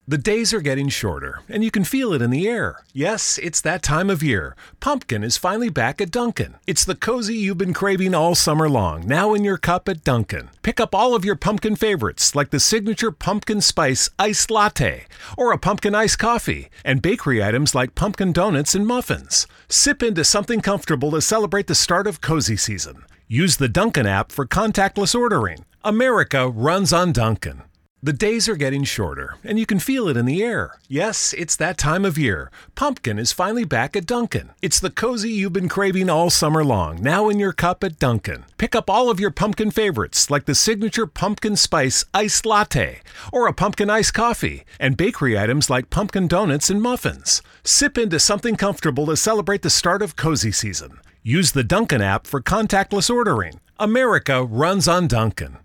The days are getting shorter, and you can feel it in the air. Yes, it's that time of year. Pumpkin is finally back at Dunkin'. It's the cozy you've been craving all summer long, now in your cup at Dunkin'. Pick up all of your pumpkin favorites, like the signature pumpkin spice iced latte, or a pumpkin iced coffee, and bakery items like pumpkin donuts and muffins. Sip into something comfortable to celebrate the start of cozy season. Use the Dunkin' app for contactless ordering. America runs on Dunkin'. The days are getting shorter, and you can feel it in the air. Yes, it's that time of year. Pumpkin is finally back at Dunkin'. It's the cozy you've been craving all summer long, now in your cup at Dunkin'. Pick up all of your pumpkin favorites, like the signature pumpkin spice iced latte, or a pumpkin iced coffee, and bakery items like pumpkin donuts and muffins. Sip into something comfortable to celebrate the start of cozy season. Use the Dunkin' app for contactless ordering. America runs on Dunkin'.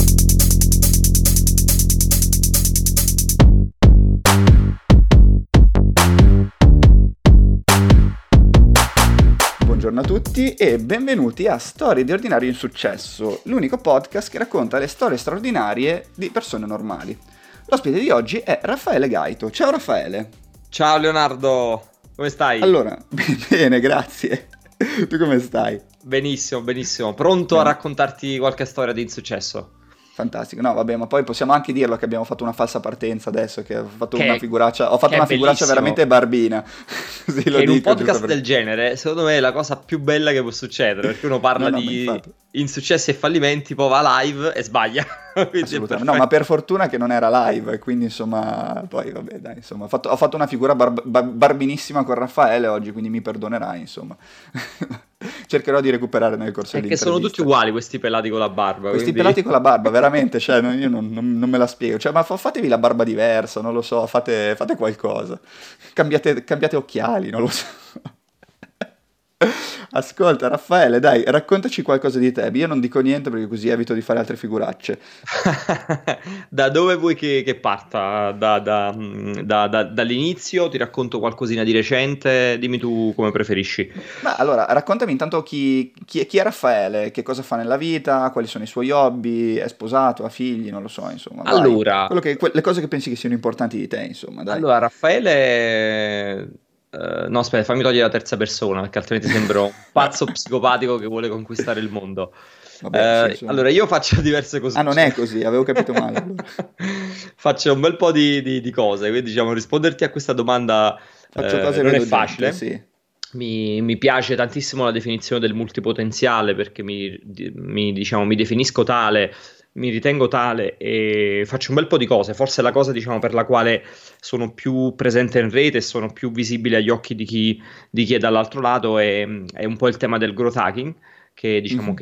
Buongiorno a tutti e benvenuti a Storie di Ordinario Insuccesso, l'unico podcast che racconta le storie straordinarie di persone normali. L'ospite di oggi è Raffaele Gaito. Ciao Raffaele. Ciao Leonardo, come stai? Allora, bene, grazie. Tu come stai? Benissimo, benissimo. Pronto a raccontarti qualche storia di insuccesso? Fantastico, no vabbè, ma poi possiamo anche dirlo che abbiamo fatto una falsa partenza adesso, che ho fatto una figuraccia veramente barbina. Così lo che in un dico, podcast del genere, secondo me è la cosa più bella che può succedere, perché uno parla di insuccessi e fallimenti, poi va live e sbaglia. Assolutamente, no, ma per fortuna che non era live, quindi insomma, poi vabbè dai, insomma, ho fatto una figura barbinissima con Raffaele oggi, quindi mi perdonerai, insomma. Cercherò di recuperare nel corso dell'intervista. Perché sono tutti uguali questi pelati con la barba. Questi pelati con la barba, veramente, cioè, io non me la spiego. Cioè, ma fatevi la barba diversa, non lo so, fate qualcosa. Cambiate occhiali, non lo so. Ascolta Raffaele, dai, raccontaci qualcosa di te. Io non dico niente perché così evito di fare altre figuracce. Da dove vuoi che parta? Dall'inizio? Ti racconto qualcosina di recente? Dimmi tu come preferisci. Ma allora, raccontami intanto chi è Raffaele, che cosa fa nella vita, quali sono i suoi hobby, è sposato, ha figli, non lo so, insomma. Allora, le cose che pensi che siano importanti di te, insomma, dai. Allora, Raffaele... no, aspetta, fammi togliere la terza persona, perché altrimenti sembro un pazzo psicopatico che vuole conquistare il mondo. Vabbè, sì, allora, io faccio diverse cose. Ah, non è così, avevo capito male. Allora. Faccio un bel po' di cose, quindi diciamo risponderti a questa domanda non è facile. Sì. Mi piace tantissimo la definizione del multipotenziale, perché mi definisco tale, mi ritengo tale e faccio un bel po' di cose. Forse la cosa, diciamo, per la quale sono più presente in rete e sono più visibile agli occhi di chi è dall'altro lato è un po' il tema del growth hacking, che diciamo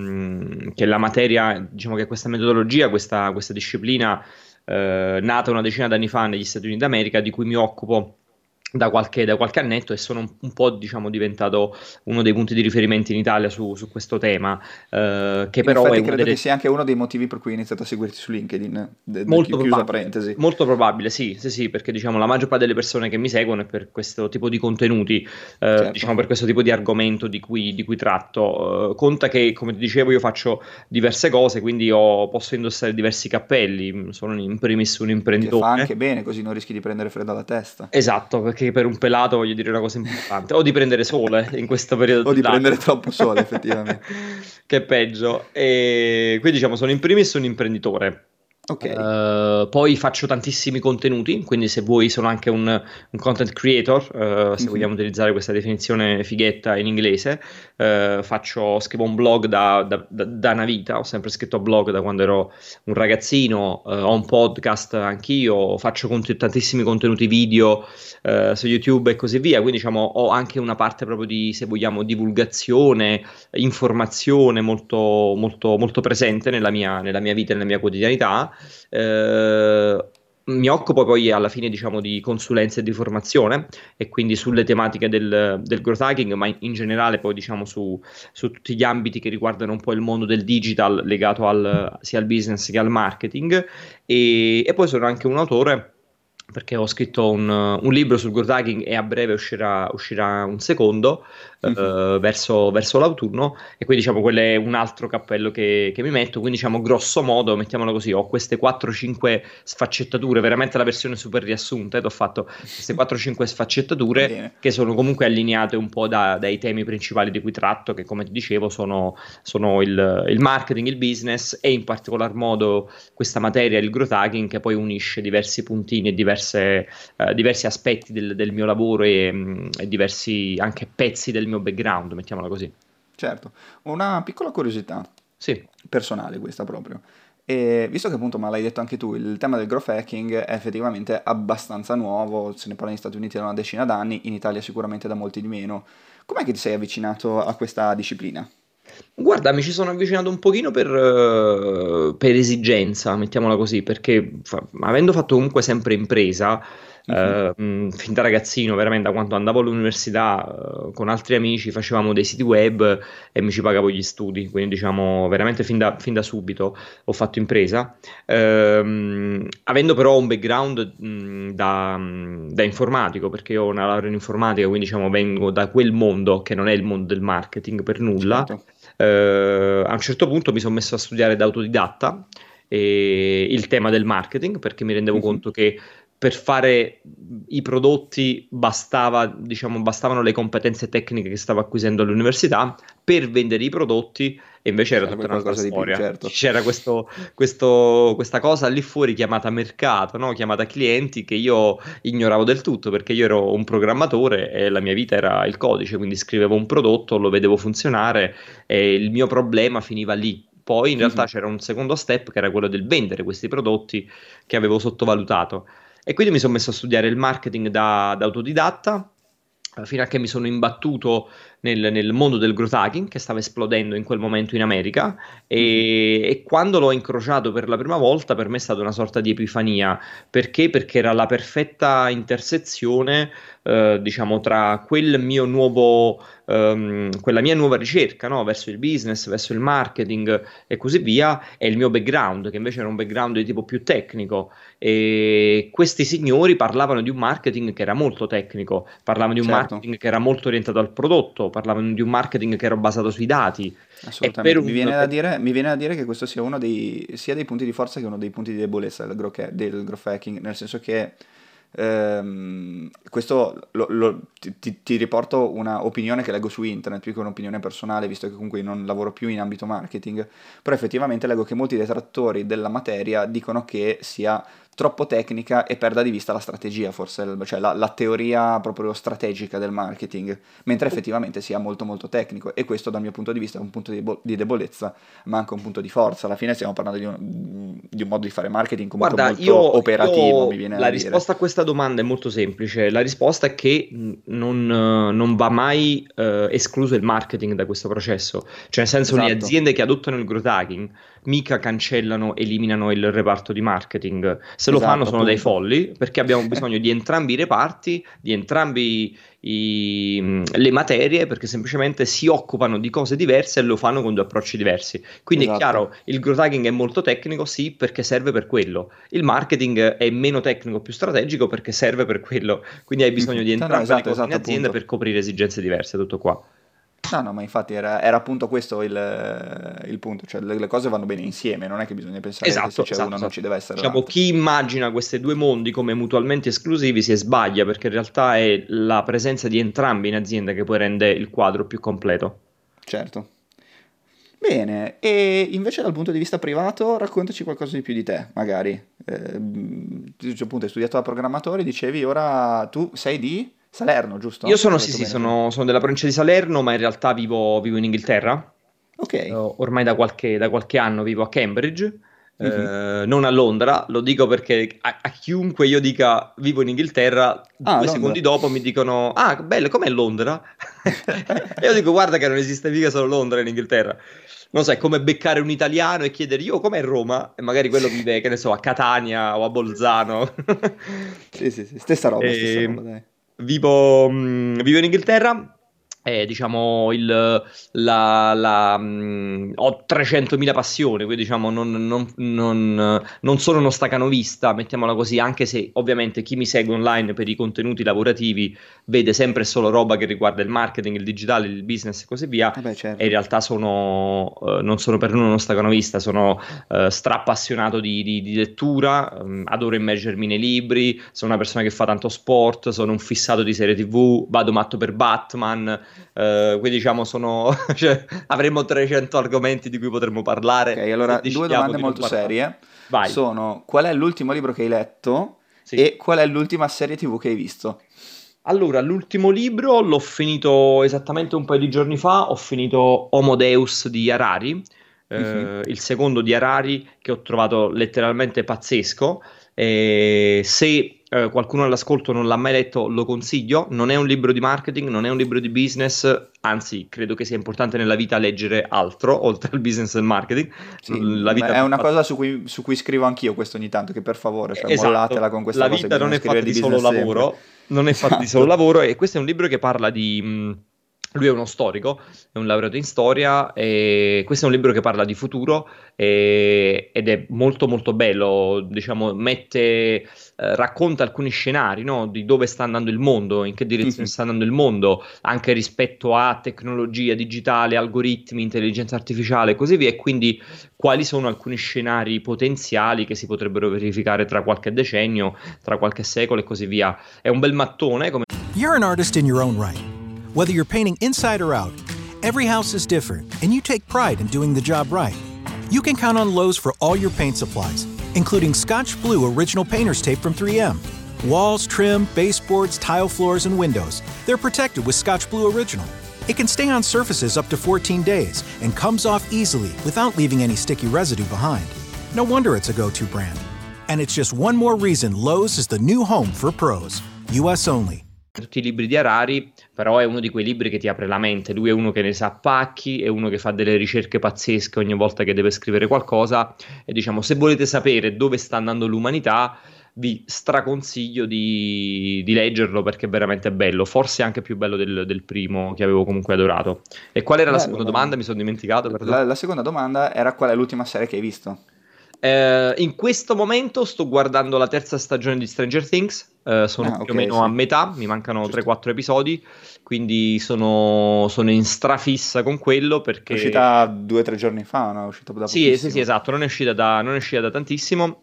che la materia, diciamo che questa metodologia, questa disciplina nata una decina d'anni fa negli Stati Uniti d'America, di cui mi occupo da qualche annetto, e sono un po', diciamo, diventato uno dei punti di riferimento in Italia su questo tema, che però infatti credo che sia anche uno dei motivi per cui ho iniziato a seguirti su LinkedIn. Chiusa parentesi. Molto probabile, sì, perché diciamo la maggior parte delle persone che mi seguono è per questo tipo di contenuti, certo. Diciamo per questo tipo di argomento di cui tratto. Conta che, come ti dicevo, io faccio diverse cose, quindi posso indossare diversi cappelli. Sono in primis un imprenditore. Che fa anche bene, così non rischi di prendere freddo alla testa. Esatto, perché per un pelato voglio dire una cosa importante, o di prendere sole in questo periodo o di prendere troppo sole, effettivamente. Che è peggio. E quindi diciamo sono in primis un imprenditore. Ok. Poi faccio tantissimi contenuti, quindi se vuoi sono anche un content creator, se vogliamo utilizzare questa definizione fighetta in inglese. Scrivo un blog da una vita, ho sempre scritto blog da quando ero un ragazzino, ho un podcast anch'io, faccio tantissimi contenuti video su YouTube e così via, quindi diciamo ho anche una parte proprio di, se vogliamo, divulgazione, informazione molto, molto, molto presente nella mia vita e nella mia quotidianità. Mi occupo poi alla fine, diciamo, di consulenza e di formazione, e quindi sulle tematiche del growth hacking, ma in generale poi, diciamo, su tutti gli ambiti che riguardano un po' il mondo del digital legato sia al business che al marketing, e poi sono anche un autore perché ho scritto un libro sul growth hacking e a breve uscirà un secondo verso l'autunno, e quindi diciamo quello è un altro cappello che mi metto. Quindi diciamo grosso modo, mettiamolo così, ho queste 4-5 sfaccettature, veramente la versione super riassunta, ed ho fatto queste 4-5 sfaccettature Bene. che sono comunque allineate un po' dai temi principali di cui tratto, che come ti dicevo sono il marketing, il business, e in particolar modo questa materia, il growth hacking, che poi unisce diversi puntini e diversi aspetti del mio lavoro e diversi anche pezzi del mio background, mettiamola così. Certo, una piccola curiosità Sì. personale questa proprio. E visto che appunto, ma l'hai detto anche tu, il tema del growth hacking è effettivamente abbastanza nuovo, se ne parla negli Stati Uniti da una decina d'anni, in Italia sicuramente da molti di meno. Com'è che ti sei avvicinato a questa disciplina? Guarda, mi ci sono avvicinato un pochino per esigenza, mettiamola così, perché avendo fatto comunque sempre impresa, Mhm. fin da ragazzino, veramente da quando andavo all'università, con altri amici facevamo dei siti web e mi ci pagavo gli studi, quindi diciamo veramente fin da subito ho fatto impresa. Avendo però un background da informatico, perché io ho una laurea in informatica, quindi diciamo vengo da quel mondo che non è il mondo del marketing per nulla. Certo. A un certo punto mi sono messo a studiare da autodidatta il tema del marketing, perché mi rendevo Mhm. conto che per fare i prodotti bastavano le competenze tecniche che stavo acquisendo all'università per vendere i prodotti, e invece era C'era tutta quel un'altra qualcosa di più, storia. certo. C'era questa cosa lì fuori chiamata mercato, no? Chiamata clienti, che io ignoravo del tutto, perché io ero un programmatore e la mia vita era il codice, quindi scrivevo un prodotto, lo vedevo funzionare e il mio problema finiva lì. Poi in realtà Mhm. c'era un secondo step, che era quello del vendere questi prodotti che avevo sottovalutato. E quindi mi sono messo a studiare il marketing da autodidatta, fino a che mi sono imbattuto nel mondo del growth hacking, che stava esplodendo in quel momento in America, Mhm. e quando l'ho incrociato per la prima volta, per me è stata una sorta di epifania. Perché? Perché era la perfetta intersezione, diciamo, tra quella mia nuova ricerca, no? Verso il business, verso il marketing e così via, e il mio background, che invece era un background di tipo più tecnico. E questi signori parlavano di un marketing che era molto tecnico, parlavano di un Certo. marketing che era molto orientato al prodotto, parlavano di un marketing che era basato sui dati. E per Assolutamente, un... mi viene da dire che questo sia uno sia dei punti di forza che uno dei punti di debolezza del growth hacking, nel senso che questo ti riporto una opinione che leggo su internet, più che un'opinione personale, visto che comunque non lavoro più in ambito marketing, però effettivamente leggo che molti detrattori della materia dicono che sia troppo tecnica e perda di vista la strategia, forse, cioè la teoria proprio strategica del marketing, mentre effettivamente sia molto molto tecnico, e questo dal mio punto di vista è un punto di debolezza, ma anche un punto di forza. Alla fine stiamo parlando di un modo di fare marketing comunque Guarda, molto operativo, mi viene la da dire. risposta a questa domanda è molto semplice. La risposta è che non va mai escluso il marketing da questo processo. Cioè, nel senso, le Esatto, aziende che adottano il growth hacking mica cancellano, eliminano il reparto di marketing. Se lo fanno esatto, sono dei appunto. folli, perché abbiamo bisogno di entrambi i reparti, di entrambi le materie, perché semplicemente si occupano di cose diverse e lo fanno con due approcci diversi. Quindi è Esatto. chiaro, il growth hacking è molto tecnico, sì, perché serve per quello. Il marketing è meno tecnico, più strategico, perché serve per quello. Quindi hai bisogno Mhm. di No, no, entrambe le esatto, cose in esatto, azienda appunto. per coprire esigenze diverse, tutto qua. No, no, ma infatti era appunto questo il punto, cioè le cose vanno bene insieme, non è che bisogna pensare che se Esatto, c'è esatto, uno non ci esatto. deve essere Diciamo, l'altro. chi immagina questi due mondi come mutualmente esclusivi si sbaglia, perché in realtà è la presenza di entrambi in azienda che poi rende il quadro più completo. Certo. Bene, e invece dal punto di vista privato raccontaci qualcosa di più di te, magari. Appunto hai studiato da programmatore, dicevi ora tu sei di Salerno, Io giusto? sono, Ho sì, detto sì, bene prima. sono della provincia di Salerno, ma in realtà vivo in Inghilterra. Ok. Ormai da qualche anno vivo a Cambridge, Mhm. non a Londra. Lo dico perché a chiunque io dica vivo in Inghilterra, Ah, 2 secondi Londra. dopo mi dicono: Ah, bello, com'è Londra? E io dico: Guarda, che non esiste mica solo Londra in Inghilterra. Non so, è come beccare un italiano e chiedergli: Io com'è Roma? E magari quello vive, che ne so, a Catania o a Bolzano. Sì, sì, sì, stessa roba, E dai. vivo in Inghilterra. diciamo ho 300.000 passioni, quindi diciamo non sono uno stacanovista, mettiamola così, anche se ovviamente chi mi segue online per i contenuti lavorativi vede sempre solo roba che riguarda il marketing, il digitale, il business e così via. Vabbè, certo. E in realtà non sono per nulla uno stacanovista, sono strappassionato di lettura, adoro immergermi nei libri, sono una persona che fa tanto sport, sono un fissato di serie TV, vado matto per Batman. Quindi diciamo cioè, avremmo 300 argomenti di cui potremmo parlare. Ok, allora e due decidiamo domande di non molto parlare. serie Vai. sono: qual è l'ultimo libro che hai letto Sì. e qual è l'ultima serie TV che hai visto? Allora, l'ultimo libro l'ho finito esattamente un paio di giorni fa, ho finito Homo Deus di Harari, Mhm. il secondo di Harari che ho trovato letteralmente pazzesco. Se qualcuno all'ascolto non l'ha mai letto, lo consiglio. Non è un libro di marketing, non è un libro di business, anzi, credo che sia importante nella vita leggere altro, oltre al business e al marketing. Sì, La vita è non una fa- cosa su cui scrivo anch'io questo ogni tanto, che per favore, cioè mollatela Esatto, con questa la cosa che vita non bisogna è scrivere fatta di di solo business sempre. lavoro, non è fatta di solo Esatto. lavoro e questo è un libro che parla lui è uno storico, è un laureato in storia e questo è un libro che parla di futuro ed è molto molto bello, diciamo, racconta alcuni scenari, no, di dove sta andando il mondo, in che direzione Mhm. sta andando il mondo, anche rispetto a tecnologia digitale, algoritmi, intelligenza artificiale e così via, e quindi quali sono alcuni scenari potenziali che si potrebbero verificare tra qualche decennio, tra qualche secolo e così via. È un bel mattone, come You're an artist in your own right. Whether you're painting inside or out, every house is different, and you take pride in doing the job right. You can count on Lowe's for all your paint supplies, including Scotch Blue Original Painter's Tape from 3M. Walls, trim, baseboards, tile floors, and windows. They're protected with Scotch Blue Original. It can stay on surfaces up to 14 days and comes off easily without leaving any sticky residue behind. No wonder it's a go-to brand. And it's just one more reason Lowe's is the new home for pros. US only. tutti i libri di Harari, però è uno di quei libri che ti apre la mente. Lui è uno che ne sa a pacchi, è uno che fa delle ricerche pazzesche ogni volta che deve scrivere qualcosa e diciamo, se volete sapere dove sta andando l'umanità, vi straconsiglio di leggerlo perché è veramente bello, forse anche più bello del primo che avevo comunque adorato. E qual era la Bello, seconda bello. domanda? Mi sono dimenticato, perdono. La seconda domanda era: qual è l'ultima serie che hai visto? In questo momento sto guardando la terza stagione di Stranger Things, sono più o ok, meno a sì. metà, mi mancano Giusto. 3-4 episodi, quindi sono in strafissa con quello È perché... uscita 2 o 3 giorni fa, no? È uscita da Sì, pochissimo. sì, esatto, non è uscita da tantissimo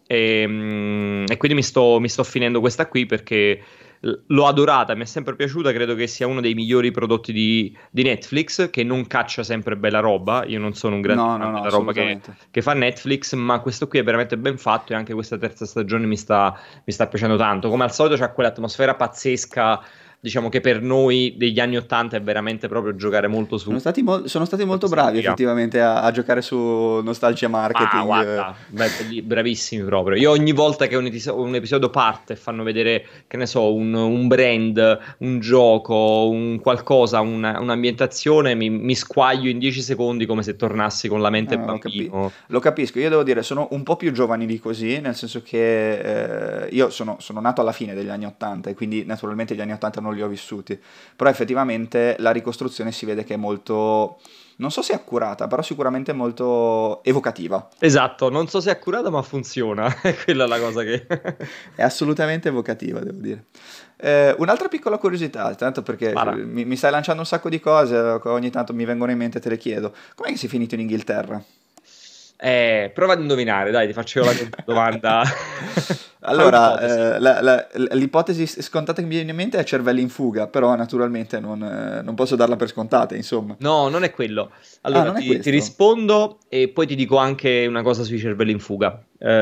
e quindi mi sto finendo questa qui perché l'ho adorata, mi è sempre piaciuta, credo che sia uno dei migliori prodotti di Netflix, che non caccia sempre bella roba, io non sono un grande No, fan no, della roba assolutamente. che fa Netflix, ma questo qui è veramente ben fatto e anche questa terza stagione mi sta piacendo tanto, come al solito c'ha quell'atmosfera pazzesca, diciamo che per noi degli anni 80 è veramente proprio giocare molto su... Sono stati molto bravi effettivamente a giocare su nostalgia Ah, marketing. guarda, bravissimi proprio. Io ogni volta che un episodio parte e fanno vedere, che ne so, un brand, un gioco, un qualcosa, un'ambientazione, mi squaglio in 10 secondi come se tornassi con la mente No, bambino. lo capisco, io devo dire, sono un po' più giovani di così, nel senso che io sono nato alla fine degli anni 80 e quindi naturalmente gli anni 80 non li ho vissuti, però effettivamente la ricostruzione si vede che è molto, non so se è accurata, però sicuramente molto evocativa. Esatto, non so se è accurata, ma funziona. Quella è la cosa che... È assolutamente evocativa, devo dire. Un'altra piccola curiosità, tanto perché Spara. mi stai lanciando un sacco di cose, ogni tanto mi vengono in mente e te le chiedo. Com'è che sei finito in Inghilterra? Prova ad indovinare, dai, ti faccio la domanda. Allora, Un'ipotesi. l'ipotesi scontata che mi viene in mente è cervelli in fuga, però naturalmente non posso darla per scontata, insomma. No, non è quello. Allora, non è ti questo? rispondo e poi ti dico anche una cosa sui cervelli in fuga.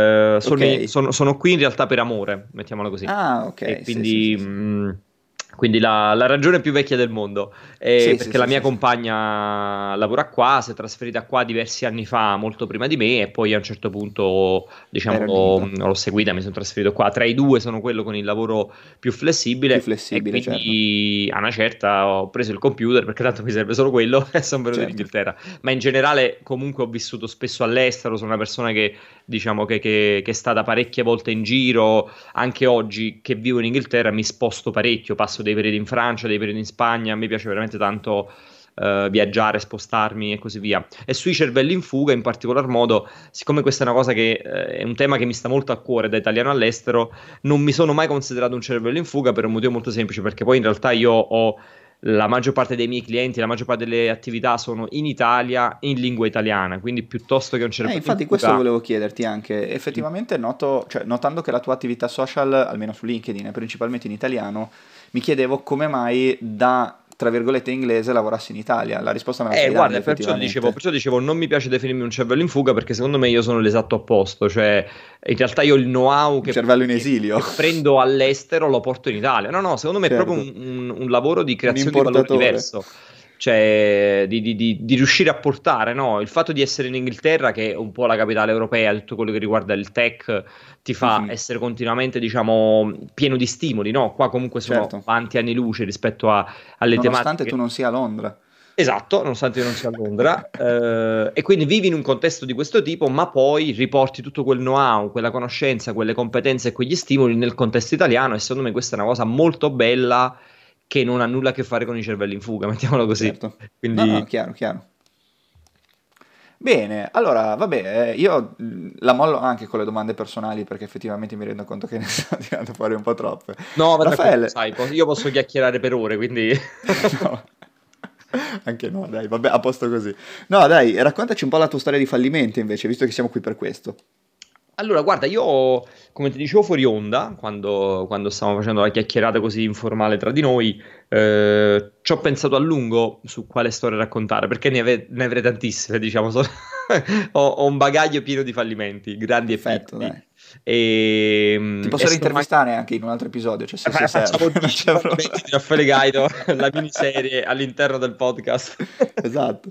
Ok. Sono qui in realtà per amore, mettiamola così. Ah, ok, E sì, quindi, sì, sì. quindi la ragione più vecchia del mondo. Sì, sì, Perché sì, la mia sì, sì. compagna lavora qua, si è trasferita qua diversi anni fa, molto prima di me, e poi a un certo punto, diciamo, Ero lì, l'ho seguita, mi sono trasferito qua. Tra i due sono quello con il lavoro più più flessibile. E flessibile, certo. quindi a una certa ho preso il computer perché tanto mi serve solo quello e sono venuto in Certo. Inghilterra. Ma in generale comunque ho vissuto spesso all'estero, sono una persona che diciamo che è stata parecchie volte in giro, anche oggi che vivo in Inghilterra mi sposto parecchio, passo dei periodi in Francia, dei periodi in Spagna, a me piace veramente tanto viaggiare, spostarmi e così via. E sui cervelli in fuga in particolar modo, siccome questa è una cosa che è un tema che mi sta molto a cuore da italiano all'estero, non mi sono mai considerato un cervello in fuga per un motivo molto semplice, perché poi in realtà io ho la maggior parte dei miei clienti, la maggior parte delle attività sono in Italia, in lingua italiana, quindi piuttosto che un cervello Infatti in fuga... questo volevo chiederti anche, effettivamente notando che la tua attività social, almeno su LinkedIn, è principalmente in italiano, mi chiedevo come mai da, tra virgolette, inglese lavorassi in Italia. La risposta me la stai dando, Guarda, effettivamente. perciò dicevo, non mi piace definirmi un cervello in fuga, perché secondo me io sono l'esatto opposto, cioè in realtà io il know-how Un cervello in esilio. che prendo all'estero lo porto in Italia. No, secondo me è Certo. proprio un lavoro di Un creazione di valore importatore. diverso. Cioè di riuscire a portare, no? Il fatto di essere in Inghilterra, che è un po' la capitale europea, tutto quello che riguarda il tech, ti fa Mhm. essere continuamente, diciamo, pieno di stimoli, no? Qua comunque sono Certo. avanti anni luce rispetto alle Nonostante tematiche. tu non sia a Londra. Esatto, nonostante io non sia a Londra, e quindi vivi in un contesto di questo tipo, ma poi riporti tutto quel know-how, quella conoscenza, quelle competenze e quegli stimoli nel contesto italiano, e secondo me questa è una cosa molto bella che non ha nulla a che fare con i cervelli in fuga, mettiamolo così. Certo. Quindi No, chiaro. Bene, allora, vabbè, io la mollo anche con le domande personali perché effettivamente mi rendo conto che ne sto tirando fuori un po' troppe. no, vabbè, Raffaele, sai, io posso chiacchierare per ore, quindi no, anche no, dai, vabbè, a posto così. No, dai, raccontaci un po' la tua storia di fallimento invece, visto che siamo qui per questo. allora, guarda, io, come ti dicevo fuori onda, quando stavamo facendo la chiacchierata così informale tra di noi, ci ho pensato a lungo su quale storia raccontare, perché ne avrei tantissime, diciamo, ho un bagaglio pieno di fallimenti, grandi e Perfetto, piccoli. dai. Ti E posso sono rintervistare anche in un altro episodio, cioè se facciamo serve, non 10 c'è problema. fallimenti di Raffaele Gaito, la miniserie all'interno del podcast. Esatto.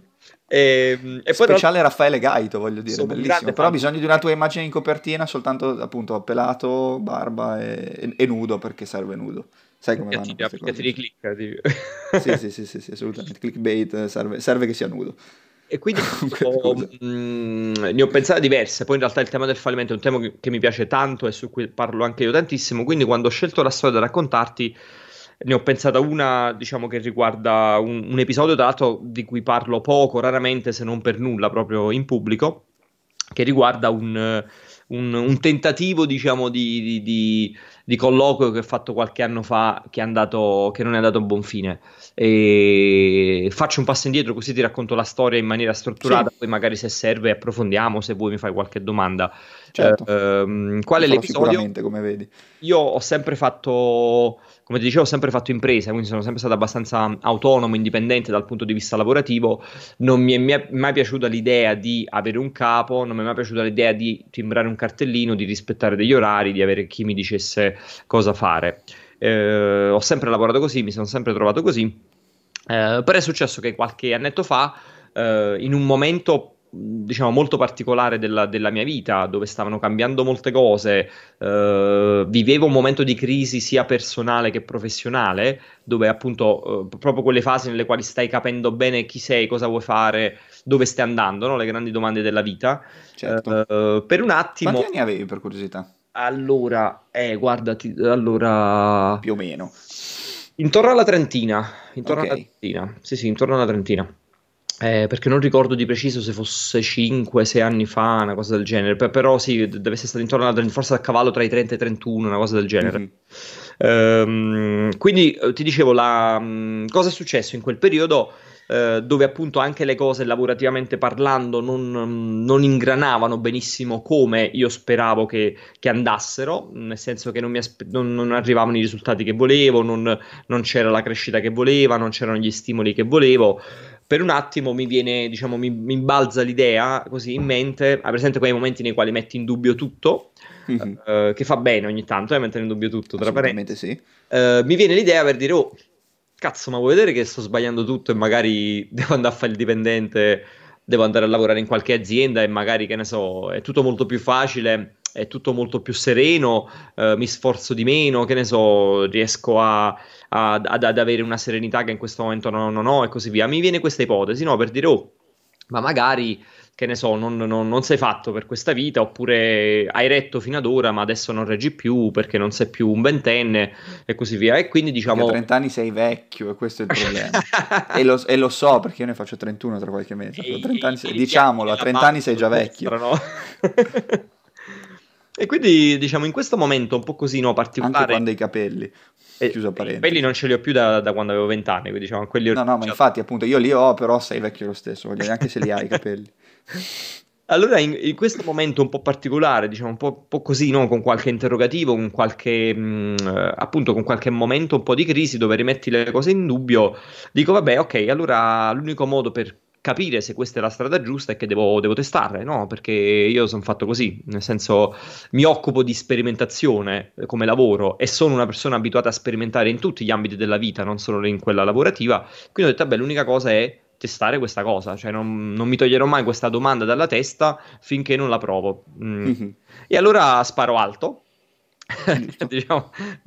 E poi tra Speciale Raffaele Gaito, voglio dire, sono un bellissimo. grande Però ho fan. bisogno di una tua immagine in copertina, soltanto appunto pelato, barba e nudo, perché serve nudo. Sai come vanno queste Applicati cose? dei click. Sì, assolutamente. Clickbait, serve che sia nudo. E quindi Comunque, scusa. ne ho pensate diverse. Poi in realtà il tema del fallimento è un tema che mi piace tanto e su cui parlo anche io tantissimo. Quindi quando ho scelto la storia da raccontarti, ne ho pensata una, diciamo, che riguarda un episodio, tra l'altro, di cui parlo poco, raramente, se non per nulla, proprio in pubblico, che riguarda un tentativo, diciamo, di colloquio che ho fatto qualche anno fa, che non è andato a buon fine. E faccio un passo indietro, così ti racconto la storia in maniera Sì, strutturata, poi magari se serve approfondiamo, se vuoi mi fai qualche domanda. certo. Qual Lo è farò l'episodio? sicuramente, come vedi. Io ho sempre fatto, come ti dicevo, ho sempre fatto impresa, quindi sono sempre stato abbastanza autonomo, indipendente dal punto di vista lavorativo. Non mi è mai piaciuta l'idea di avere un capo, non mi è mai piaciuta l'idea di timbrare un cartellino, di rispettare degli orari, di avere chi mi dicesse cosa fare. Ho sempre lavorato così, mi sono sempre trovato così. Però è successo che qualche annetto fa, in un momento, diciamo, molto particolare della mia vita, dove stavano cambiando molte cose, vivevo un momento di crisi sia personale che professionale, dove appunto, proprio quelle fasi nelle quali stai capendo bene chi sei, cosa vuoi fare, dove stai andando, no? Le grandi domande della vita. Certo. Per un Quanti attimo, anni avevi, per curiosità? allora, guarda, allora. Più o meno. Intorno alla trentina, Ok. sì, intorno alla trentina. Perché non ricordo di preciso se fosse 5-6 anni fa, una cosa del genere, però sì, deve essere stato intorno alla trentina, forse a cavallo tra i 30 e i 31, una cosa del genere. Mhm. Quindi ti dicevo, cosa è successo in quel periodo, dove appunto anche le cose lavorativamente parlando non ingranavano benissimo come io speravo che andassero, nel senso che non arrivavano i risultati che volevo, non c'era la crescita che voleva, non c'erano gli stimoli che volevo. Per un attimo mi viene, diciamo, mi balza l'idea così in mente, hai presente quei momenti nei quali metti in dubbio tutto, Mhm. che fa bene ogni tanto, mettere in dubbio tutto, tra Assolutamente parentesi. sì. Mi viene l'idea per dire, oh, cazzo, ma vuoi vedere che sto sbagliando tutto e magari devo andare a fare il dipendente, devo andare a lavorare in qualche azienda e magari, che ne so, è tutto molto più facile, è tutto molto più sereno, mi sforzo di meno, che ne so, riesco ad avere una serenità che in questo momento non ho e così via. Mi viene questa ipotesi, no? Per dire, oh, ma magari che ne so, non sei fatto per questa vita, oppure hai retto fino ad ora ma adesso non reggi più perché non sei più un ventenne e così via. E quindi Perché diciamo... a 30 anni sei vecchio e questo è il problema. E lo so perché io ne faccio 31 tra qualche mese. A 30 anni diciamolo, a 30 anni sei già vecchio. No? E quindi diciamo in questo momento un po' così, no, particolare. Anche quando hai i capelli. Chiuso parentesi. Quelli non ce li ho più da quando avevo 20 anni, quindi diciamo quelli No, ma infatti appunto io li ho, però sei vecchio lo stesso, voglio dire, anche se li hai i capelli. Allora in questo momento un po' particolare, diciamo un po' così, no, con qualche interrogativo, con qualche appunto con qualche momento un po' di crisi dove rimetti le cose in dubbio, dico vabbè, ok, allora l'unico modo per capire se questa è la strada giusta è che devo testarle, no? Perché io sono fatto così, nel senso mi occupo di sperimentazione come lavoro e sono una persona abituata a sperimentare in tutti gli ambiti della vita, non solo in quella lavorativa, quindi ho detto, vabbè, l'unica cosa è testare questa cosa, cioè non mi toglierò mai questa domanda dalla testa finché non la provo. E allora sparo alto. Diciamo,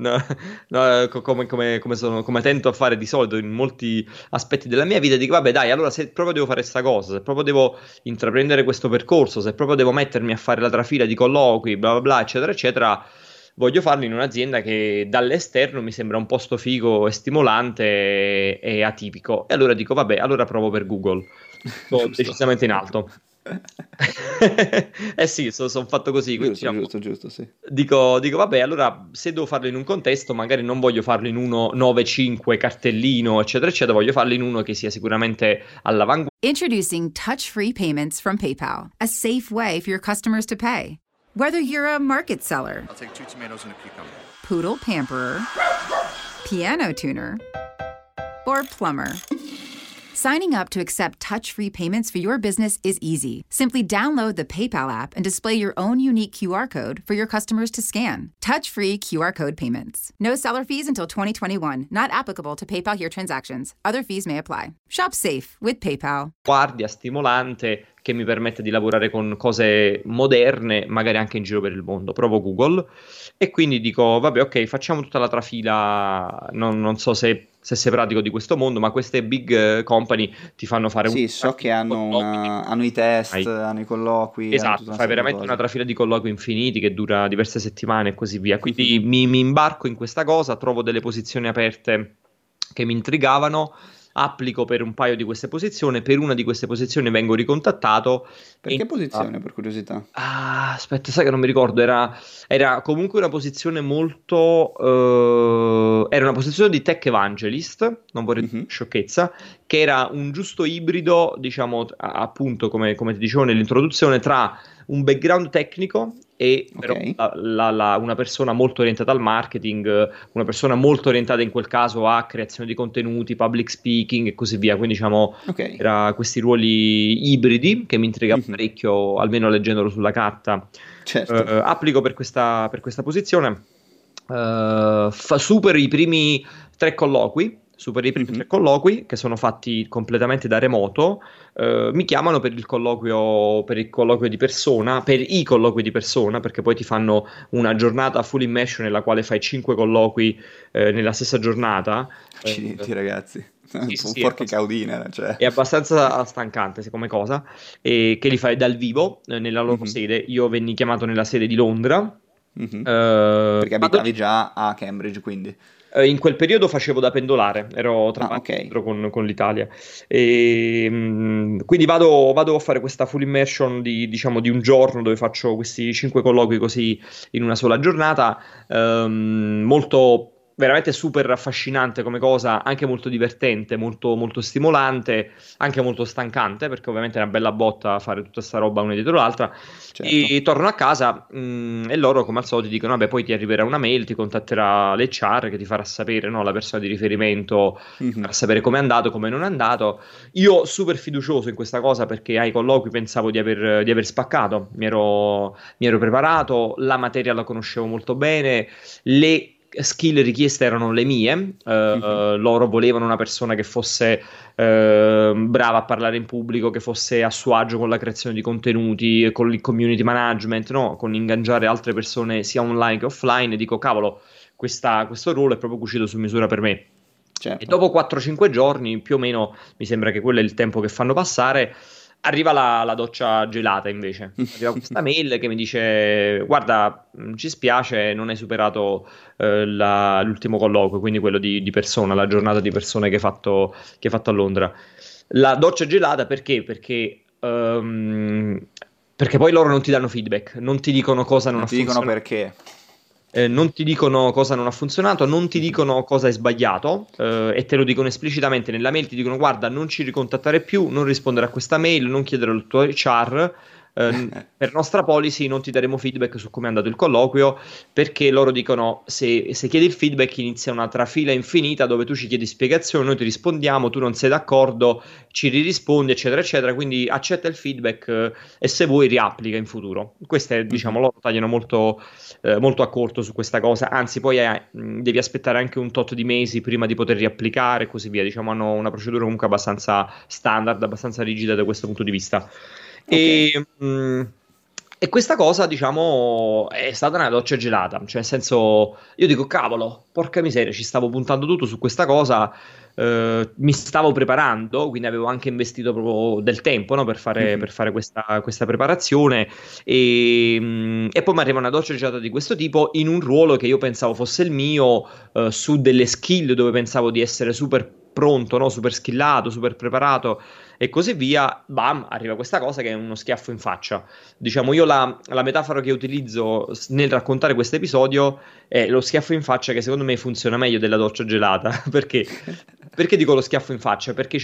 come tento a fare di solito in molti aspetti della mia vita, dico vabbè dai, allora se proprio devo fare questa cosa, se proprio devo intraprendere questo percorso, se proprio devo mettermi a fare la trafila di colloqui, bla bla bla, eccetera eccetera, voglio farlo in un'azienda che dall'esterno mi sembra un posto figo e stimolante e atipico. E allora dico vabbè, allora provo per Google. Sto decisamente in alto. Eh sì, sono fatto così. Giusto, sì. Dico, vabbè, allora se devo farlo in un contesto, magari non voglio farlo in uno 9-5 cartellino, eccetera, eccetera, voglio farlo in uno che sia sicuramente all'avanguardia. Introducing touch-free payments from PayPal, a safe way for your customers to pay. Whether you're a market seller, I'll take 2 tomatoes and a cucumber, poodle pamperer, piano tuner, or plumber. Signing up to accept touch-free payments for your business is easy. Simply download the PayPal app and display your own unique QR code for your customers to scan. Touch-free QR code payments. No seller fees until 2021. Not applicable to PayPal here transactions. Other fees may apply. Shop safe with PayPal. Guardia stimolante che mi permette di lavorare con cose moderne, magari anche in giro per il mondo. Provo Google e quindi dico, vabbè, ok, facciamo tutta la trafila. Non so se sei pratico di questo mondo, ma queste big company ti fanno fare Sì, so che hanno i test, hanno i colloqui. Esatto, fai veramente una trafila di colloqui infiniti che dura diverse settimane e così via. Quindi mi imbarco in questa cosa, trovo delle posizioni aperte che mi intrigavano, applico per un paio di queste posizioni, per una di queste posizioni vengo ricontattato. Per che posizione, per curiosità? Aspetta, sai che non mi ricordo, era comunque una posizione molto... era una posizione di tech evangelist, non vorrei dire sciocchezza, che era un giusto ibrido, diciamo, appunto, come ti dicevo nell'introduzione, tra un background tecnico e però una persona molto orientata al marketing, una persona molto orientata in quel caso a creazione di contenuti, public speaking e così via. Quindi diciamo era questi ruoli ibridi che mi intrigavano parecchio, almeno leggendolo sulla carta. Certo. Applico per questa posizione, supero i primi 3 colloqui. Superi i primi 3 colloqui che sono fatti completamente da remoto, mi chiamano per il colloquio di persona, per i colloqui di persona, perché poi ti fanno una giornata full immersion nella quale fai 5 colloqui nella stessa giornata. Accidenti ragazzi, sì, porche caudine, cioè. È abbastanza stancante come cosa, e che li fai dal vivo nella loro sede. Io venni chiamato nella sede di Londra. Perché abitavi già a Cambridge, quindi in quel periodo facevo da pendolare, ero tra l'altro con l'Italia, e quindi vado a fare questa full immersion di un giorno dove faccio questi 5 colloqui così in una sola giornata, molto veramente super affascinante come cosa, anche molto divertente, molto, molto stimolante, anche molto stancante, perché ovviamente è una bella botta fare tutta sta roba una dietro l'altra. Certo. E torno a casa e loro come al solito dicono vabbè, poi ti arriverà una mail, ti contatterà l'HR che ti farà sapere, no, la persona di riferimento, farà sapere com'è andato, come non è andato. Io super fiducioso in questa cosa perché ai colloqui pensavo di aver spaccato, mi ero preparato, la materia la conoscevo molto bene, le skill richieste erano le mie, loro volevano una persona che fosse brava a parlare in pubblico, che fosse a suo agio con la creazione di contenuti, con il community management, no? Con ingaggiare altre persone sia online che offline, e dico cavolo, questo ruolo è proprio cucito su misura per me. Certo. E dopo 4-5 giorni più o meno, mi sembra che quello è il tempo che fanno passare, Arriva la doccia gelata invece, arriva questa mail che mi dice guarda, ci spiace, non hai superato l'ultimo colloquio, quindi quello di persona, la giornata di persone che hai fatto a Londra. La doccia gelata perché? Perché poi loro non ti danno feedback, non ti dicono cosa non Non ha ti dicono funzionato. perché. Non ti dicono cosa non ha funzionato, non ti dicono cosa hai sbagliato, e te lo dicono esplicitamente nella mail, ti dicono guarda, non ci ricontattare più, non rispondere a questa mail, non chiedere al tuo HR, per nostra policy non ti daremo feedback su come è andato il colloquio, perché loro dicono se chiedi il feedback inizia una trafila infinita dove tu ci chiedi spiegazioni, noi ti rispondiamo, tu non sei d'accordo, ci ririspondi, eccetera, eccetera, quindi accetta il feedback, e se vuoi riapplica in futuro. Queste, diciamo, loro tagliano molto a corto su questa cosa, anzi poi devi aspettare anche un tot di mesi prima di poter riapplicare e così via, diciamo hanno una procedura comunque abbastanza standard, abbastanza rigida da questo punto di vista. Ok. E questa cosa, diciamo, è stata una doccia gelata, cioè nel senso, io dico, cavolo, porca miseria, ci stavo puntando tutto su questa cosa, mi stavo preparando, quindi avevo anche investito proprio del tempo, no, per fare, Mhm. per fare questa preparazione, e poi mi arriva una doccia gelata di questo tipo in un ruolo che io pensavo fosse il mio, su delle skill dove pensavo di essere super pronto, no, super skillato, super preparato e così via, bam, arriva questa cosa che è uno schiaffo in faccia. Diciamo, io la metafora che utilizzo nel raccontare questo episodio è lo schiaffo in faccia che secondo me funziona meglio della doccia gelata. Perché? Perché dico lo schiaffo in faccia? Perché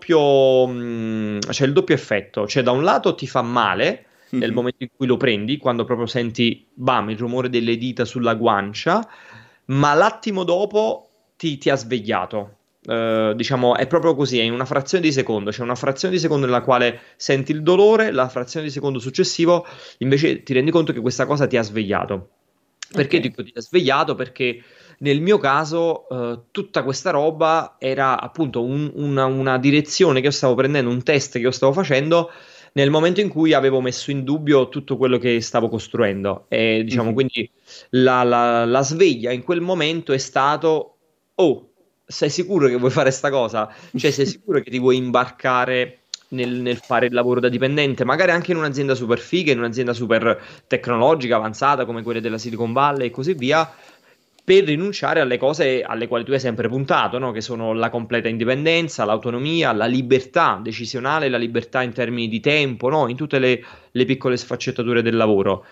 c'è il doppio effetto. Cioè, da un lato ti fa male nel Mhm. momento in cui lo prendi, quando proprio senti, bam, il rumore delle dita sulla guancia, ma l'attimo dopo ti ha svegliato. Diciamo, è proprio così, è in una frazione di secondo, c'è una frazione di secondo nella quale senti il dolore, la frazione di secondo successivo invece ti rendi conto che questa cosa ti ha svegliato. Ok. Perché dico ti ha svegliato? Perché nel mio caso tutta questa roba era appunto una direzione che io stavo prendendo, un test che io stavo facendo nel momento in cui avevo messo in dubbio tutto quello che stavo costruendo. E diciamo Mhm. quindi la sveglia in quel momento è stato: oh, sei sicuro che vuoi fare sta cosa? Cioè, sei sicuro che ti vuoi imbarcare nel fare il lavoro da dipendente, magari anche in un'azienda super figa, in un'azienda super tecnologica, avanzata come quelle della Silicon Valley e così via, per rinunciare alle cose alle quali tu hai sempre puntato, no? Che sono la completa indipendenza, l'autonomia, la libertà decisionale, la libertà in termini di tempo, no? In tutte le piccole sfaccettature del lavoro.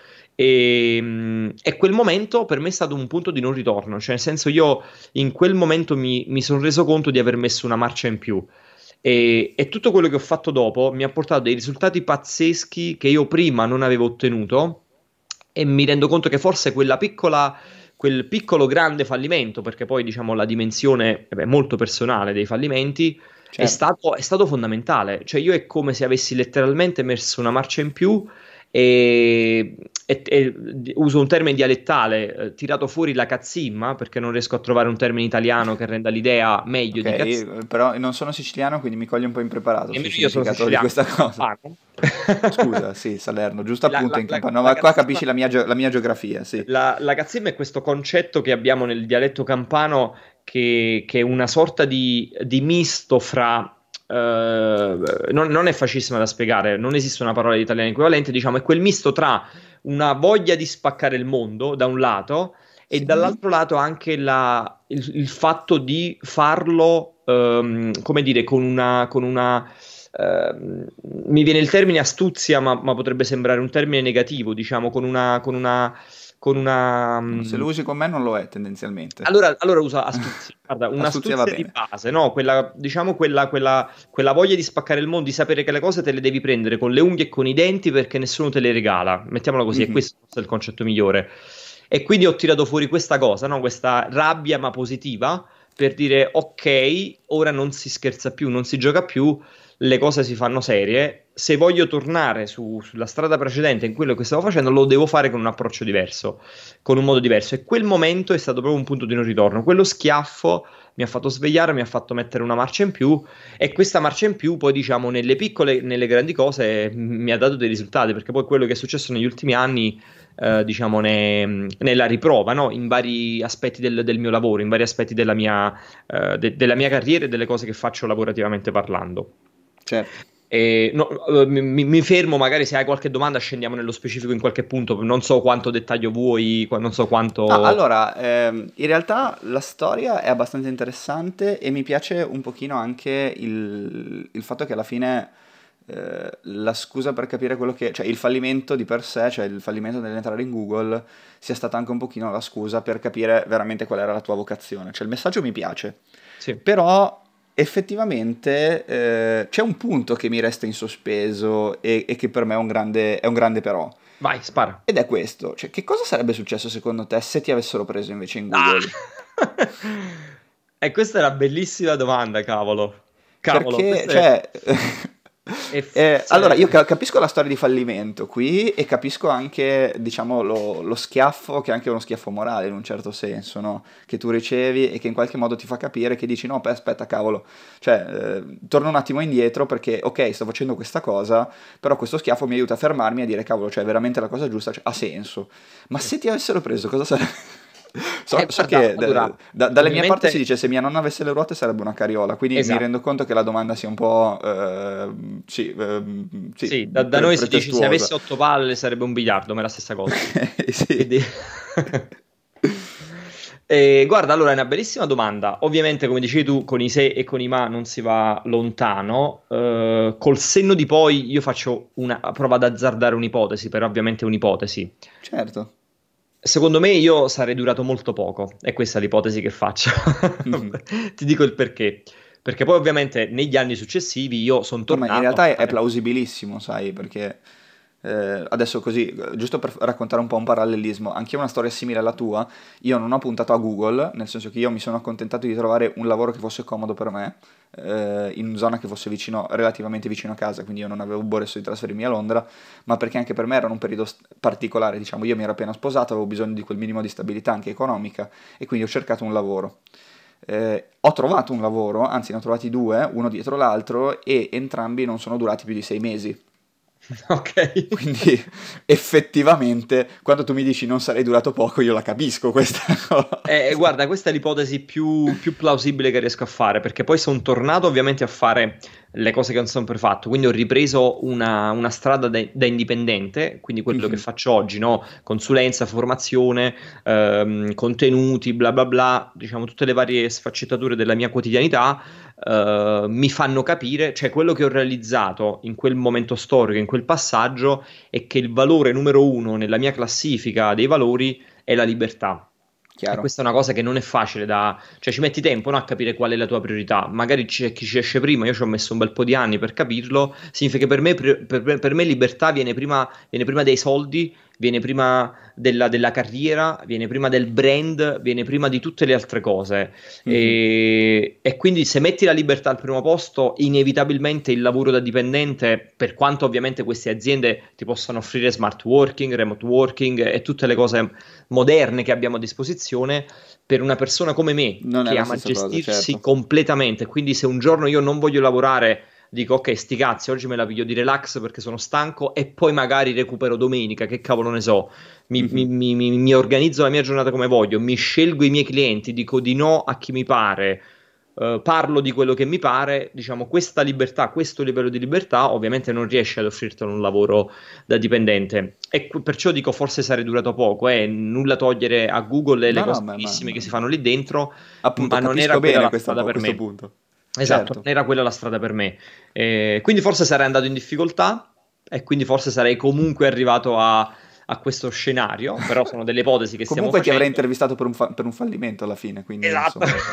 E quel momento per me è stato un punto di non ritorno, cioè nel senso io in quel momento mi sono reso conto di aver messo una marcia in più. E tutto quello che ho fatto dopo mi ha portato dei risultati pazzeschi che io prima non avevo ottenuto, e mi rendo conto che forse quel piccolo grande fallimento, perché poi diciamo la dimensione molto personale dei fallimenti, Certo. è stato fondamentale. Cioè io è come se avessi letteralmente messo una marcia in più e, uso un termine dialettale, tirato fuori la cazzimma, perché non riesco a trovare un termine italiano che renda l'idea meglio Ok, di cazzimma. però non sono siciliano, quindi mi coglie un po' impreparato sul Nemmeno io sono significato di siciliano, questa sono cosa. campano. Scusa, sì, Salerno, giusto appunto in Campania. No, La ma qua cazzimma, capisci la mia geografia, sì. la cazzimma è questo concetto che abbiamo nel dialetto campano che è una sorta di misto fra... non è facilissimo da spiegare, non esiste una parola italiana equivalente, diciamo, è quel misto tra una voglia di spaccare il mondo da un lato e Sì, dall'altro lato anche il fatto di farlo, come dire, mi viene il termine astuzia, ma potrebbe sembrare un termine negativo, diciamo, se lo usi con me non lo è tendenzialmente. allora usa astuzia, guarda, Astuzia va un'astuzia di bene. base, no? Diciamo quella voglia di spaccare il mondo, di sapere che le cose te le devi prendere con le unghie e con i denti perché nessuno te le regala, mettiamola così, e Mhm. questo forse è il concetto migliore. E quindi ho tirato fuori questa cosa, no? Questa rabbia ma positiva, per dire ok, ora non si scherza più, non si gioca più, le cose si fanno serie. Se voglio tornare sulla strada precedente in quello che stavo facendo, lo devo fare con un approccio diverso, con un modo diverso. E quel momento è stato proprio un punto di non ritorno. Quello schiaffo mi ha fatto svegliare, mi ha fatto mettere una marcia in più, e questa marcia in più, poi, diciamo, nelle piccole, nelle grandi cose, mi ha dato dei risultati, perché poi quello che è successo negli ultimi anni, diciamo, nella riprova, no? In vari aspetti del mio lavoro, in vari aspetti della mia carriera e delle cose che faccio lavorativamente parlando. Certo. Mi fermo, magari se hai qualche domanda scendiamo nello specifico in qualche punto, non so quanto dettaglio vuoi, non so quanto... Allora, in realtà la storia è abbastanza interessante e mi piace un pochino anche il fatto che alla fine la scusa per capire quello che... cioè il fallimento di per sé, cioè il fallimento nell'entrare in Google, sia stata anche un pochino la scusa per capire veramente qual era la tua vocazione. Cioè il messaggio mi piace, Sì. però effettivamente c'è un punto che mi resta in sospeso e che per me è un grande però. Vai, spara. Ed è questo, cioè che cosa sarebbe successo secondo te se ti avessero preso invece in Google? E questa è una bellissima domanda, cavolo. Perché, questa cioè, è- allora io capisco la storia di fallimento qui e capisco anche, diciamo, lo schiaffo, che è anche uno schiaffo morale in un certo senso, no? Che tu ricevi e che in qualche modo ti fa capire che dici, no, beh, aspetta, cavolo, cioè, torno un attimo indietro perché, ok, sto facendo questa cosa, però questo schiaffo mi aiuta a fermarmi e a dire, cavolo, cioè, è veramente la cosa giusta, cioè, ha senso. Ma se ti avessero preso, cosa sarebbe? So guarda, che allora, dalle mie ovviamente- parti si dice se mia nonna avesse le ruote sarebbe una carriola, quindi mi Esatto. rendo conto che la domanda sia un po' sì, Sì, da noi si dice se pretestuosa. avessi 8 palle sarebbe un biliardo, ma è la stessa cosa. Sì. Quindi... guarda, allora è una bellissima domanda. Ovviamente, come dicevi tu, con i se e con i ma non si va lontano. Col senno di poi io faccio una prova ad azzardare un'ipotesi, però ovviamente è un'ipotesi. Certo. Secondo me io sarei durato molto poco, è questa l'ipotesi che faccio. Mhm. Ti dico il perché. Perché poi ovviamente negli anni successivi io sono No, ma in tornato a realtà è fare... plausibilissimo, sai, perché adesso così, giusto per raccontare un po' un parallelismo, anche io ho una storia simile alla tua, io non ho puntato a Google, nel senso che io mi sono accontentato di trovare un lavoro che fosse comodo per me, in zona che fosse vicino, relativamente vicino a casa, quindi io non avevo adesso di trasferirmi a Londra, ma perché anche per me era un periodo particolare, diciamo, io mi ero appena sposato, avevo bisogno di quel minimo di stabilità anche economica e quindi ho cercato un lavoro. Ho trovato un lavoro, anzi ne ho trovati due, uno dietro l'altro, e entrambi non sono durati più di 6 mesi. Ok. Quindi effettivamente quando tu mi dici non sarei durato poco, io la capisco questa cosa. Guarda, questa è l'ipotesi più plausibile che riesco a fare, perché poi sono tornato ovviamente a fare le cose che ho sempre fatto, quindi ho ripreso una strada da indipendente, quindi quello che Mhm. faccio oggi, no? Consulenza, formazione, contenuti, bla bla bla, diciamo tutte le varie sfaccettature della mia quotidianità, mi fanno capire, cioè quello che ho realizzato in quel momento storico, in quel passaggio, è che il valore numero uno nella mia classifica dei valori è la libertà. E Chiaro. questa è una cosa che non è facile da... cioè ci metti tempo, no, a capire qual è la tua priorità. Magari c'è chi ci esce prima, io ci ho messo un bel po' di anni per capirlo. Significa che per me libertà viene prima dei soldi, viene prima della carriera, viene prima del brand, viene prima di tutte le altre cose. Mhm. E quindi se metti la libertà al primo posto, inevitabilmente il lavoro da dipendente, per quanto ovviamente queste aziende ti possano offrire smart working, remote working e tutte le cose moderne che abbiamo a disposizione, per una persona come me Non è che la ama stessa cosa, gestirsi certo. completamente, quindi se un giorno io non voglio lavorare, dico ok, sti cazzi, oggi me la piglio di relax perché sono stanco e poi magari recupero domenica, che cavolo ne so, Mhm. mi organizzo la mia giornata come voglio, mi scelgo i miei clienti, dico di no a chi mi pare, parlo di quello che mi pare, diciamo questa libertà, questo livello di libertà ovviamente non riesce ad offrirtelo un lavoro da dipendente e perciò dico forse sarei durato poco, nulla togliere a Google e le No, no, cose bellissime che si fanno lì dentro, appunto ma non era capisco quella bene la strada per questo me. punto. Esatto, non Certo. era quella la strada per me. Quindi forse sarei andato in difficoltà e quindi forse sarei comunque arrivato a questo scenario, però sono delle ipotesi che stiamo Comunque ti avrei facendo. intervistato per un fallimento alla fine, quindi Esatto. insomma.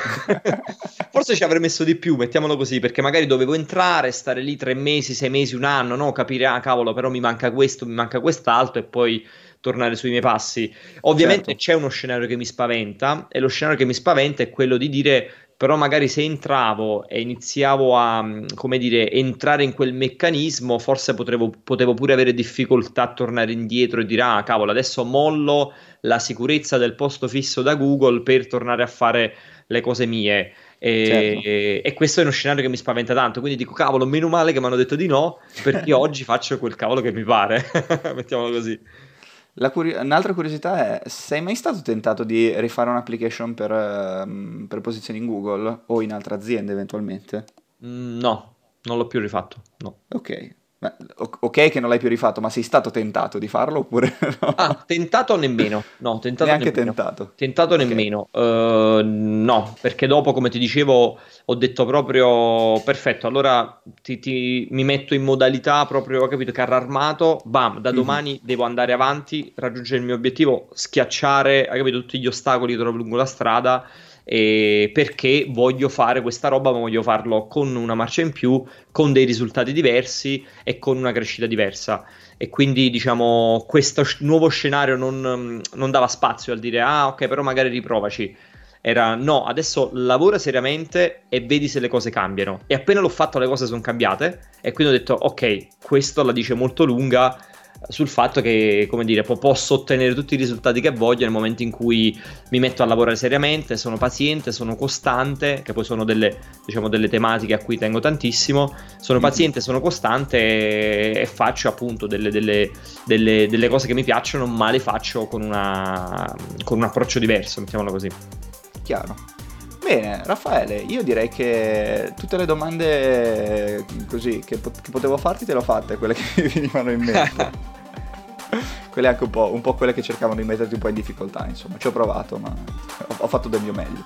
Forse ci avrei messo di più, mettiamolo così, perché magari dovevo entrare, stare lì 3 mesi, 6 mesi, un anno, no? Capire, ah cavolo, però mi manca questo, mi manca quest'altro e poi tornare sui miei passi. Ovviamente Certo. c'è uno scenario che mi spaventa e lo scenario che mi spaventa è quello di dire, però magari se entravo e iniziavo a, come dire, entrare in quel meccanismo, forse potevo pure avere difficoltà a tornare indietro e dire, ah cavolo, adesso mollo la sicurezza del posto fisso da Google per tornare a fare le cose mie. Certo. E questo è uno scenario che mi spaventa tanto. Quindi dico, cavolo, meno male che mi hanno detto di no, perché oggi faccio quel cavolo che mi pare. Mettiamolo così. Un'altra curiosità è, sei mai stato tentato di rifare un'application per posizioni in Google o in altre aziende eventualmente? No, non l'ho più rifatto, no. Ok. Ok che non l'hai più rifatto, ma sei stato tentato di farlo oppure no? Tentato nemmeno, no, Neanche nemmeno. tentato. Okay. Nemmeno, no, perché dopo, come ti dicevo, ho detto proprio, perfetto, allora mi metto in modalità proprio, ho capito, carro armato, bam, da domani devo andare avanti, raggiungere il mio obiettivo, schiacciare, hai capito, tutti gli ostacoli che trovo lungo la strada, perché voglio fare questa roba, ma voglio farlo con una marcia in più, con dei risultati diversi e con una crescita diversa. E quindi, diciamo, questo nuovo scenario non dava spazio al dire ok, però magari riprovaci. Era no, adesso lavora seriamente e vedi se le cose cambiano. E appena l'ho fatto le cose sono cambiate e quindi ho detto ok, questo la dice molto lunga sul fatto che, come dire, posso ottenere tutti i risultati che voglio nel momento in cui mi metto a lavorare seriamente, sono paziente, sono costante, che poi sono delle tematiche a cui tengo tantissimo. Sono paziente, sono costante e faccio appunto delle cose che mi piacciono, ma le faccio con un approccio diverso, mettiamolo così. Chiaro. Bene, Raffaele, io direi che tutte le domande così che potevo farti te le ho fatte, quelle che mi venivano in mente. Quelle anche un po' quelle che cercavano di metterti un po' in difficoltà, insomma. Ci ho provato, ma ho fatto del mio meglio.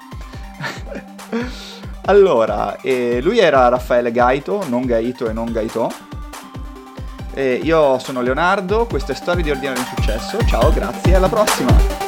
Allora, lui era Raffaele Gaito, non Gaito e non Gaito. Io sono Leonardo, questa è Storie di Ordinario Insuccesso. Ciao, grazie, alla prossima!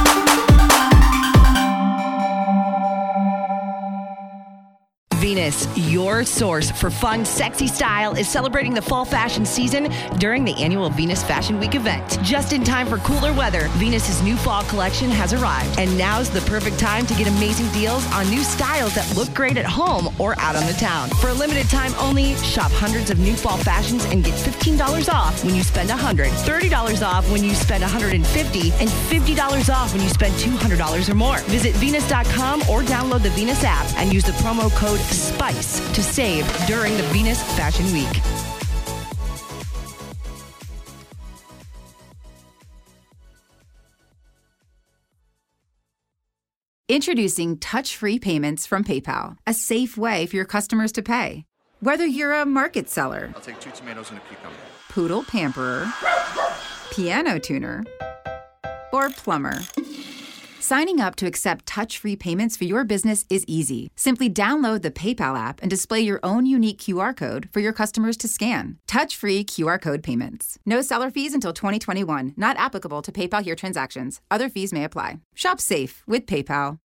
Venus, your source for fun, sexy style, is celebrating the fall fashion season during the annual Venus Fashion Week event. Just in time for cooler weather, Venus's new fall collection has arrived, and now's the perfect time to get amazing deals on new styles that look great at home or out on the town. For a limited time only, shop hundreds of new fall fashions and get $15 off when you spend $100, $30 off when you spend $150, and $50 off when you spend $200 or more. Visit Venus.com or download the Venus app and use the promo code SPICE to save during the Venus Fashion Week. Introducing touch-free payments from PayPal, a safe way for your customers to pay. Whether you're a market seller, I'll take 2 tomatoes and a cucumber, poodle pamperer, piano tuner, or plumber, signing up to accept touch-free payments for your business is easy. Simply download the PayPal app and display your own unique QR code for your customers to scan. Touch-free QR code payments. No seller fees until 2021. Not applicable to PayPal Here transactions. Other fees may apply. Shop safe with PayPal.